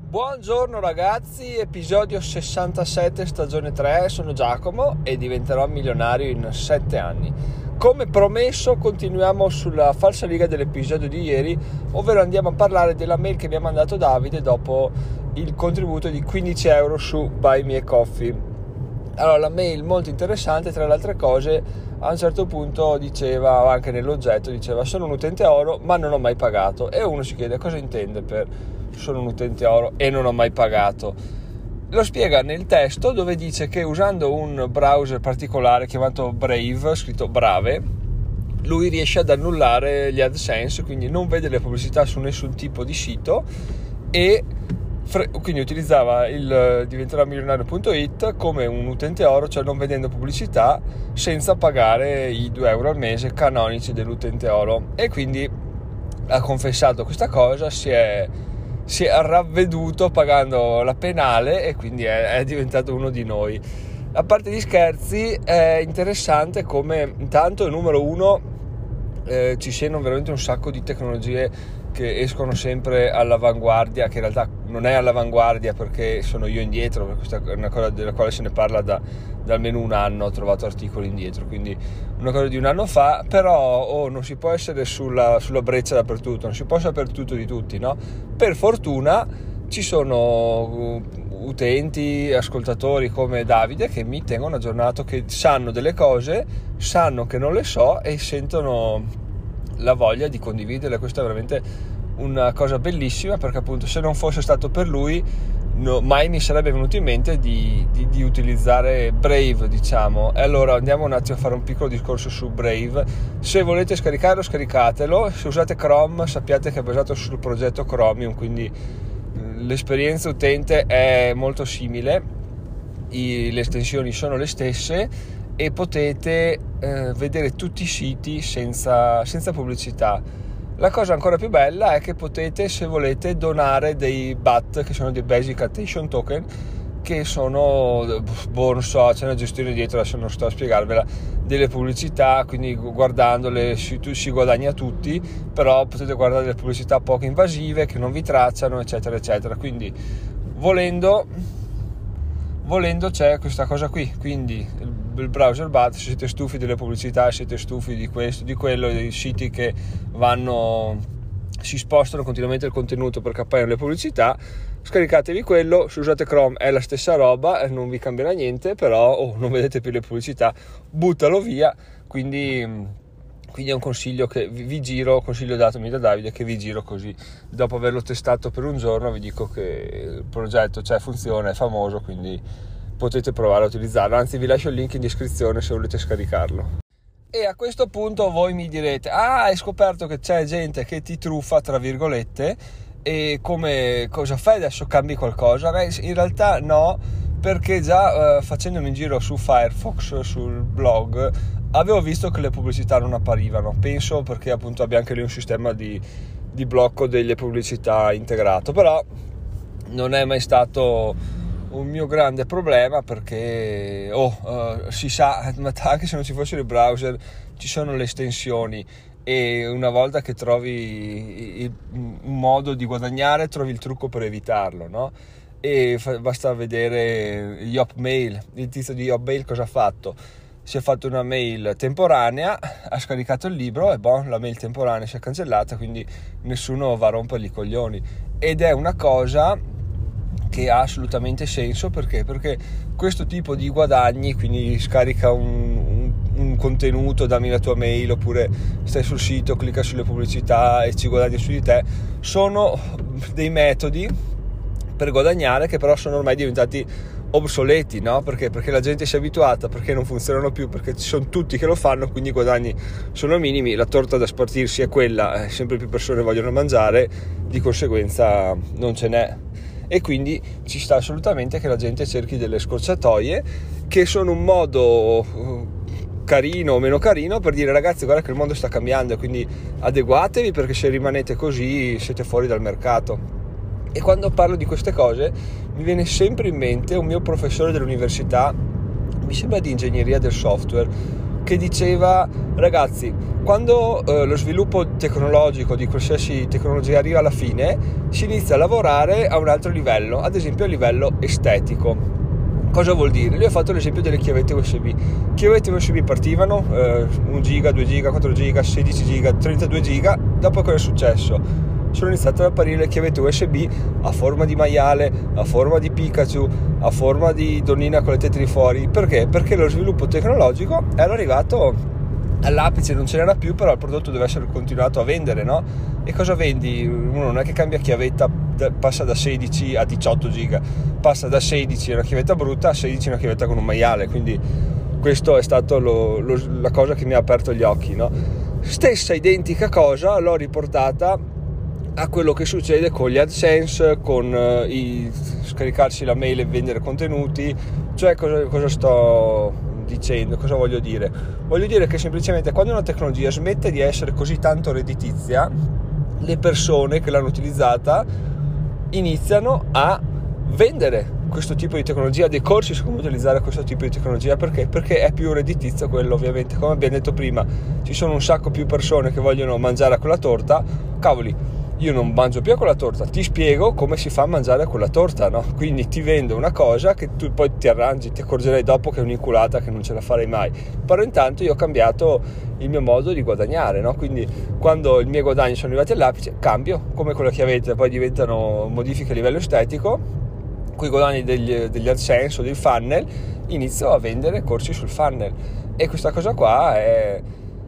Buongiorno ragazzi, episodio 67 stagione 3, sono Giacomo e diventerò milionario in 7 anni. Come promesso continuiamo sulla falsariga dell'episodio di ieri, ovvero andiamo a parlare della mail che mi ha mandato Davide dopo il contributo di 15 euro su Buy Me a Coffee. Allora, la mail molto interessante, tra le altre cose a un certo punto diceva, anche nell'oggetto diceva: sono un utente oro ma non ho mai pagato, e uno si chiede cosa intende per sono un utente oro e non ho mai pagato. Lo spiega nel testo, dove dice che usando un browser particolare chiamato Brave, scritto Brave, lui riesce ad annullare gli AdSense, quindi non vede le pubblicità su nessun tipo di sito, e quindi utilizzava il diventeròmilionario.it come un utente oro, cioè non vedendo pubblicità, senza pagare i 2 euro al mese canonici dell'utente oro. E quindi ha confessato questa cosa, si è ravveduto pagando la penale e quindi è diventato uno di noi. A parte gli scherzi, è interessante come intanto, numero uno, ci siano veramente un sacco di tecnologie che escono sempre all'avanguardia, che in realtà non è all'avanguardia perché sono io indietro, perché questa è una cosa della quale se ne parla da almeno un anno, ho trovato articoli indietro, quindi una cosa di un anno fa. Però non si può essere sulla breccia dappertutto, non si può sapere tutto di tutti, no? Per fortuna ci sono utenti, ascoltatori come Davide che mi tengono aggiornato, che sanno delle cose, sanno che non le so e sentono la voglia di condividerle. Questa è veramente una cosa bellissima, perché appunto se non fosse stato per lui mai mi sarebbe venuto in mente di utilizzare Brave, diciamo. E allora andiamo un attimo a fare un piccolo discorso su Brave. Se volete scaricarlo, scaricatelo. Se usate Chrome, sappiate che è basato sul progetto Chromium, quindi l'esperienza utente è molto simile, le estensioni sono le stesse e potete vedere tutti i siti senza pubblicità. La cosa ancora più bella è che potete, se volete, donare dei BAT, che sono dei Basic Attention Token, che sono, non so, c'è una gestione dietro, adesso non sto a spiegarvela, delle pubblicità, quindi guardandole si guadagna tutti, però potete guardare delle pubblicità poco invasive che non vi tracciano, eccetera eccetera. Quindi volendo c'è questa cosa qui, quindi il browser BAT, se siete stufi delle pubblicità, siete stufi di questo, di quello, dei siti che si spostano continuamente il contenuto perché appaiono le pubblicità, scaricatevi quello. Se usate Chrome è la stessa roba, non vi cambierà niente, però non vedete più le pubblicità, buttalo via. Quindi è un consiglio che vi giro, consiglio datomi da Davide, che vi giro così. Dopo averlo testato per un giorno vi dico che il progetto funziona, è famoso, quindi potete provare a utilizzarlo. Anzi, vi lascio il link in descrizione se volete scaricarlo. E a questo punto voi mi direte: hai scoperto che c'è gente che ti truffa, tra virgolette, e cosa fai adesso? Cambi qualcosa? Beh, in realtà no, perché già facendomi in giro su Firefox, sul blog, avevo visto che le pubblicità non apparivano. Penso perché appunto abbia anche lì un sistema di blocco delle pubblicità integrato, però non è mai stato un mio grande problema, perché si sa, anche se non ci fossero i browser ci sono le estensioni, e una volta che trovi un modo di guadagnare trovi il trucco per evitarlo, no? E basta vedere Yopmail. Il tizio di Yopmail cosa ha fatto? Si è fatto una mail temporanea, ha scaricato il libro e la mail temporanea si è cancellata, quindi nessuno va a rompergli i coglioni. Ed è una cosa che ha assolutamente senso, perché questo tipo di guadagni, quindi scarica un contenuto, dammi la tua mail, oppure stai sul sito, clicca sulle pubblicità e ci guadagni su di te, sono dei metodi per guadagnare che però sono ormai diventati obsoleti, no? Perché la gente si è abituata, perché non funzionano più, perché ci sono tutti che lo fanno, quindi i guadagni sono minimi, la torta da spartirsi è quella, sempre più persone vogliono mangiare, di conseguenza non ce n'è. E quindi ci sta assolutamente che la gente cerchi delle scorciatoie, che sono un modo carino o meno carino per dire: ragazzi, guarda che il mondo sta cambiando, quindi adeguatevi, perché se rimanete così siete fuori dal mercato. E quando parlo di queste cose mi viene sempre in mente un mio professore dell'università, mi sembra di ingegneria del software, che diceva: ragazzi, quando lo sviluppo tecnologico di qualsiasi tecnologia arriva alla fine, si inizia a lavorare a un altro livello, ad esempio a livello estetico. Cosa vuol dire? Lui ha fatto l'esempio delle chiavette USB. Chiavette USB partivano 1 giga, 2 giga, 4 giga, 16 giga, 32 giga. Dopo cosa è successo? Sono iniziate ad apparire le chiavette USB a forma di maiale, a forma di Pikachu, a forma di donnina con le tette di fuori. Perché? Perché lo sviluppo tecnologico era arrivato all'apice, non ce n'era più, però il prodotto deve essere continuato a vendere, no? E cosa vendi? Uno non è che cambia chiavetta, passa da 16 a 18 giga, passa da 16 una chiavetta brutta a 16 una chiavetta con un maiale. Quindi questo è stato la cosa che mi ha aperto gli occhi, no? Stessa identica cosa l'ho riportata a quello che succede con gli AdSense, con scaricarsi la mail e vendere contenuti. Cioè cosa sto dicendo, cosa voglio dire? Voglio dire che semplicemente quando una tecnologia smette di essere così tanto redditizia, le persone che l'hanno utilizzata iniziano a vendere questo tipo di tecnologia, dei corsi su come utilizzare questo tipo di tecnologia. Perché? Perché è più redditizio quello, ovviamente. Come abbiamo detto prima, ci sono un sacco più persone che vogliono mangiare a quella torta. Cavoli, io non mangio più a quella torta, ti spiego come si fa a mangiare a quella torta, no? Quindi ti vendo una cosa che tu poi ti arrangi, ti accorgerai dopo che è un'inculata, che non ce la farei mai, però intanto io ho cambiato il mio modo di guadagnare, no? Quindi quando i miei guadagni sono arrivati all'apice, cambio, come con le chiavette poi diventano modifiche a livello estetico, con i guadagni degli AdSense o dei funnel, inizio a vendere corsi sul funnel. E questa cosa qua è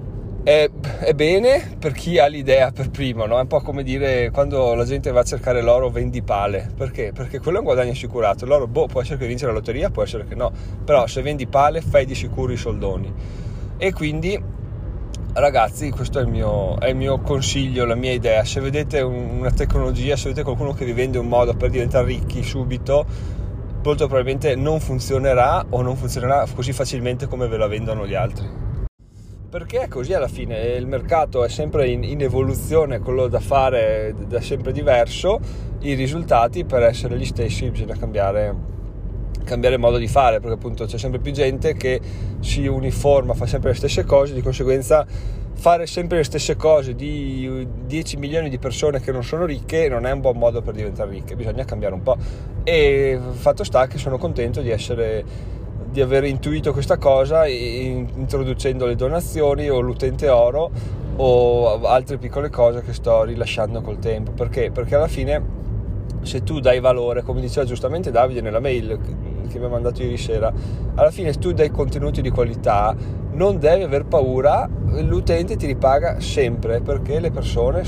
bene per chi ha l'idea per primo, no? È un po' come dire quando la gente va a cercare l'oro, vendi pale. Perché? Perché quello è un guadagno assicurato. L'oro, può essere che vince la lotteria, può essere che no, però se vendi pale fai di sicuro i soldoni. E quindi, ragazzi, questo è il mio consiglio, la mia idea. Se vedete una tecnologia, se vedete qualcuno che vi vende un modo per diventare ricchi subito, molto probabilmente non funzionerà, o non funzionerà così facilmente come ve la vendono gli altri. Perché è così alla fine, il mercato è sempre in evoluzione, quello da fare è sempre diverso, i risultati per essere gli stessi bisogna cambiare modo di fare, perché appunto c'è sempre più gente che si uniforma, fa sempre le stesse cose, di conseguenza fare sempre le stesse cose di 10 milioni di persone che non sono ricche non è un buon modo per diventare ricche, bisogna cambiare un po'. E fatto sta che sono contento di aver intuito questa cosa introducendo le donazioni o l'utente oro o altre piccole cose che sto rilasciando col tempo. Perché alla fine, se tu dai valore, come diceva giustamente Davide nella mail che mi ha mandato ieri sera, alla fine se tu dai contenuti di qualità non devi aver paura, l'utente ti ripaga sempre, perché le persone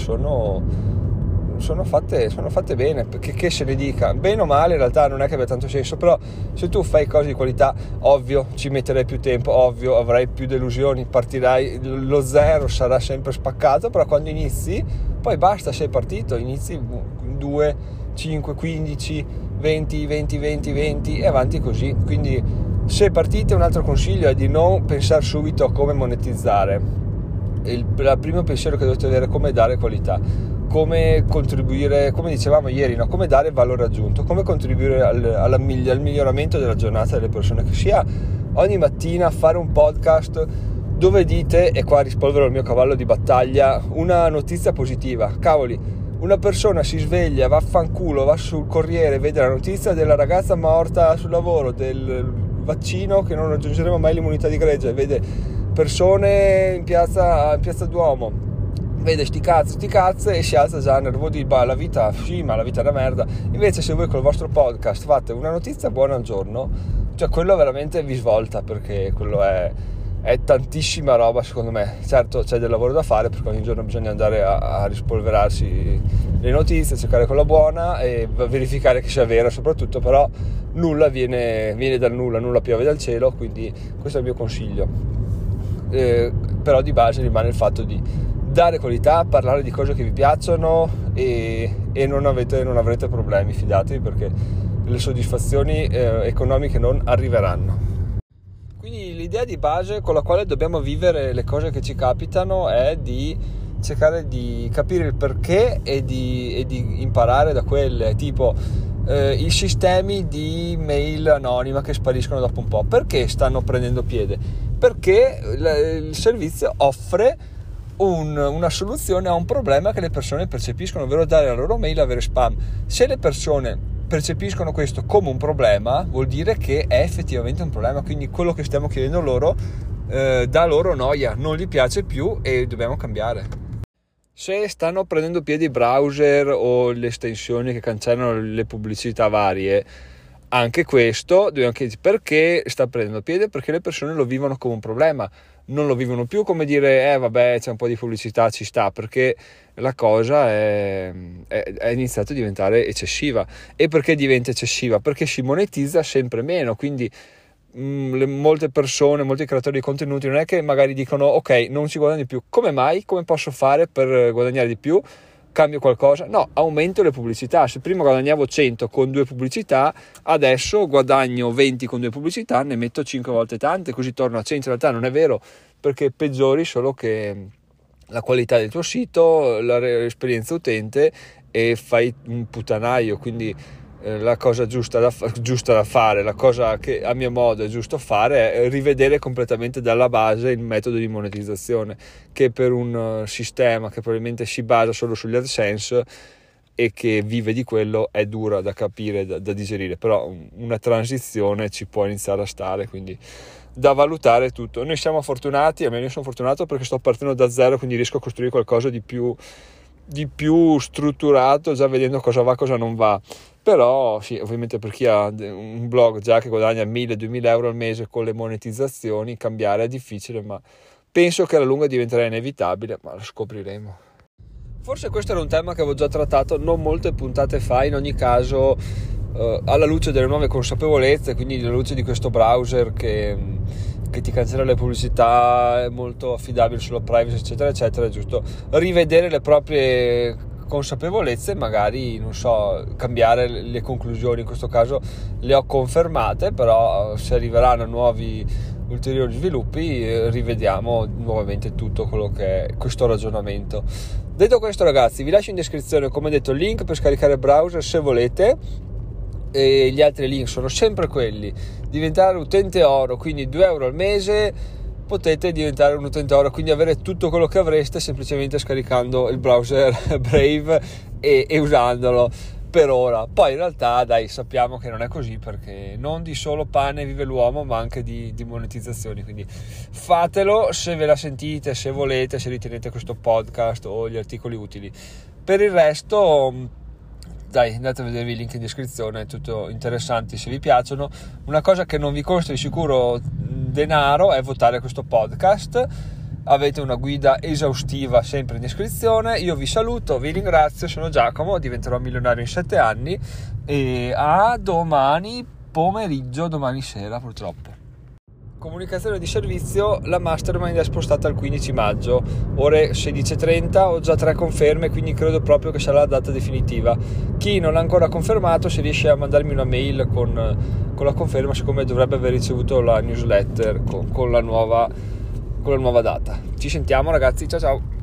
sono fatte bene, perché che se ne dica, bene o male in realtà non è che abbia tanto senso, però se tu fai cose di qualità, ovvio ci metterai più tempo, ovvio avrai più delusioni, partirai, lo zero sarà sempre spaccato, però quando inizi poi basta, sei partito, inizi 2, 5, 15, 20 e avanti così. Quindi se partite, un altro consiglio è di non pensare subito a come monetizzare. Il primo pensiero che dovete avere è come dare qualità, come contribuire, come dicevamo ieri, no? Come dare valore aggiunto, come contribuire al miglioramento della giornata delle persone, che sia ogni mattina fare un podcast dove dite, e qua rispolvero il mio cavallo di battaglia, una notizia positiva. Cavoli, una persona si sveglia, va a fanculo, va sul Corriere, vede la notizia della ragazza morta sul lavoro, del vaccino che non raggiungeremo mai l'immunità di gregge, vede persone in piazza Duomo, vede sti cazzi e si alza già nervoso di la vita, sì, ma la vita è una merda. Invece se voi col vostro podcast fate una notizia buona al giorno, cioè quello veramente vi svolta, perché quello è tantissima roba, secondo me. Certo c'è del lavoro da fare, perché ogni giorno bisogna andare a rispolverarsi le notizie, cercare quella buona e verificare che sia vera soprattutto, però nulla viene dal nulla piove dal cielo, quindi questo è il mio consiglio. Però di base rimane il fatto di dare qualità, parlare di cose che vi piacciono e non avrete problemi, fidatevi, perché le soddisfazioni economiche non arriveranno. Quindi l'idea di base con la quale dobbiamo vivere le cose che ci capitano è di cercare di capire il perché e di imparare da quelle, tipo i sistemi di mail anonima che spariscono dopo un po'. Perché stanno prendendo piede? perché il servizio offre una soluzione a un problema che le persone percepiscono, ovvero dare la loro mail avere spam. Se le persone percepiscono questo come un problema, vuol dire che è effettivamente un problema, quindi quello che stiamo chiedendo loro dà loro noia, non gli piace più e dobbiamo cambiare. Se stanno prendendo piede i browser o le estensioni che cancellano le pubblicità varie, anche questo dobbiamo chiedere perché sta prendendo piede, perché le persone lo vivono come un problema, non lo vivono più come dire vabbè c'è un po' di pubblicità, ci sta, perché la cosa è iniziata a diventare eccessiva. E perché diventa eccessiva? Perché si monetizza sempre meno, quindi molte persone, molti creatori di contenuti non è che magari dicono ok, non ci guadagno più, come mai? Come posso fare per guadagnare di più? Cambio qualcosa? No, aumento le pubblicità. Se prima guadagnavo 100 con 2 pubblicità, adesso guadagno 20 con 2 pubblicità, ne metto 5 volte tante, così torno a 100. In realtà non è vero, perché peggiori solo che la qualità del tuo sito, l'esperienza utente, e fai un puttanaio. Quindi la cosa giusta da fare, la cosa che a mio modo è giusto fare, è rivedere completamente dalla base il metodo di monetizzazione, che per un sistema che probabilmente si basa solo sugli AdSense e che vive di quello è dura da capire, da digerire, però una transizione ci può iniziare a stare, quindi da valutare tutto. Noi siamo fortunati, almeno io sono fortunato perché sto partendo da zero, quindi riesco a costruire qualcosa di più strutturato, già vedendo cosa va, cosa non va. Però sì, ovviamente per chi ha un blog già che guadagna 1.000-2.000 euro al mese con le monetizzazioni, cambiare è difficile, ma penso che alla lunga diventerà inevitabile, ma lo scopriremo. Forse questo era un tema che avevo già trattato non molte puntate fa. In ogni caso, alla luce delle nuove consapevolezze, quindi alla luce di questo browser che ti cancella le pubblicità, è molto affidabile sulla privacy, eccetera eccetera, è giusto rivedere le proprie consapevolezze, magari non so, cambiare le conclusioni. In questo caso le ho confermate, però se arriveranno nuovi ulteriori sviluppi rivediamo nuovamente tutto quello che è questo ragionamento. Detto questo, ragazzi, vi lascio in descrizione, come detto, il link per scaricare il browser se volete, e gli altri link sono sempre quelli: diventare utente oro, quindi 2 euro al mese potete diventare un utente oro, quindi avere tutto quello che avreste semplicemente scaricando il browser Brave e usandolo per ora. Poi in realtà dai, sappiamo che non è così, perché non di solo pane vive l'uomo, ma anche di monetizzazioni, quindi fatelo se ve la sentite, se volete, se ritenete questo podcast o gli articoli utili. Per il resto dai, andate a vedervi il link in descrizione, è tutto interessante se vi piacciono. Una cosa che non vi costa di sicuro denaro è votare questo podcast. Avete una guida esaustiva sempre in descrizione. Io vi saluto, vi ringrazio, sono Giacomo, diventerò milionario in 7 anni e a domani pomeriggio, domani sera purtroppo. Comunicazione di servizio: la mastermind è spostata al 15 maggio, ore 16:30, ho già 3 conferme, quindi credo proprio che sarà la data definitiva. Chi non l'ha ancora confermato, se riesce a mandarmi una mail con la conferma, siccome dovrebbe aver ricevuto la newsletter con la nuova data. Ci sentiamo, ragazzi, ciao ciao.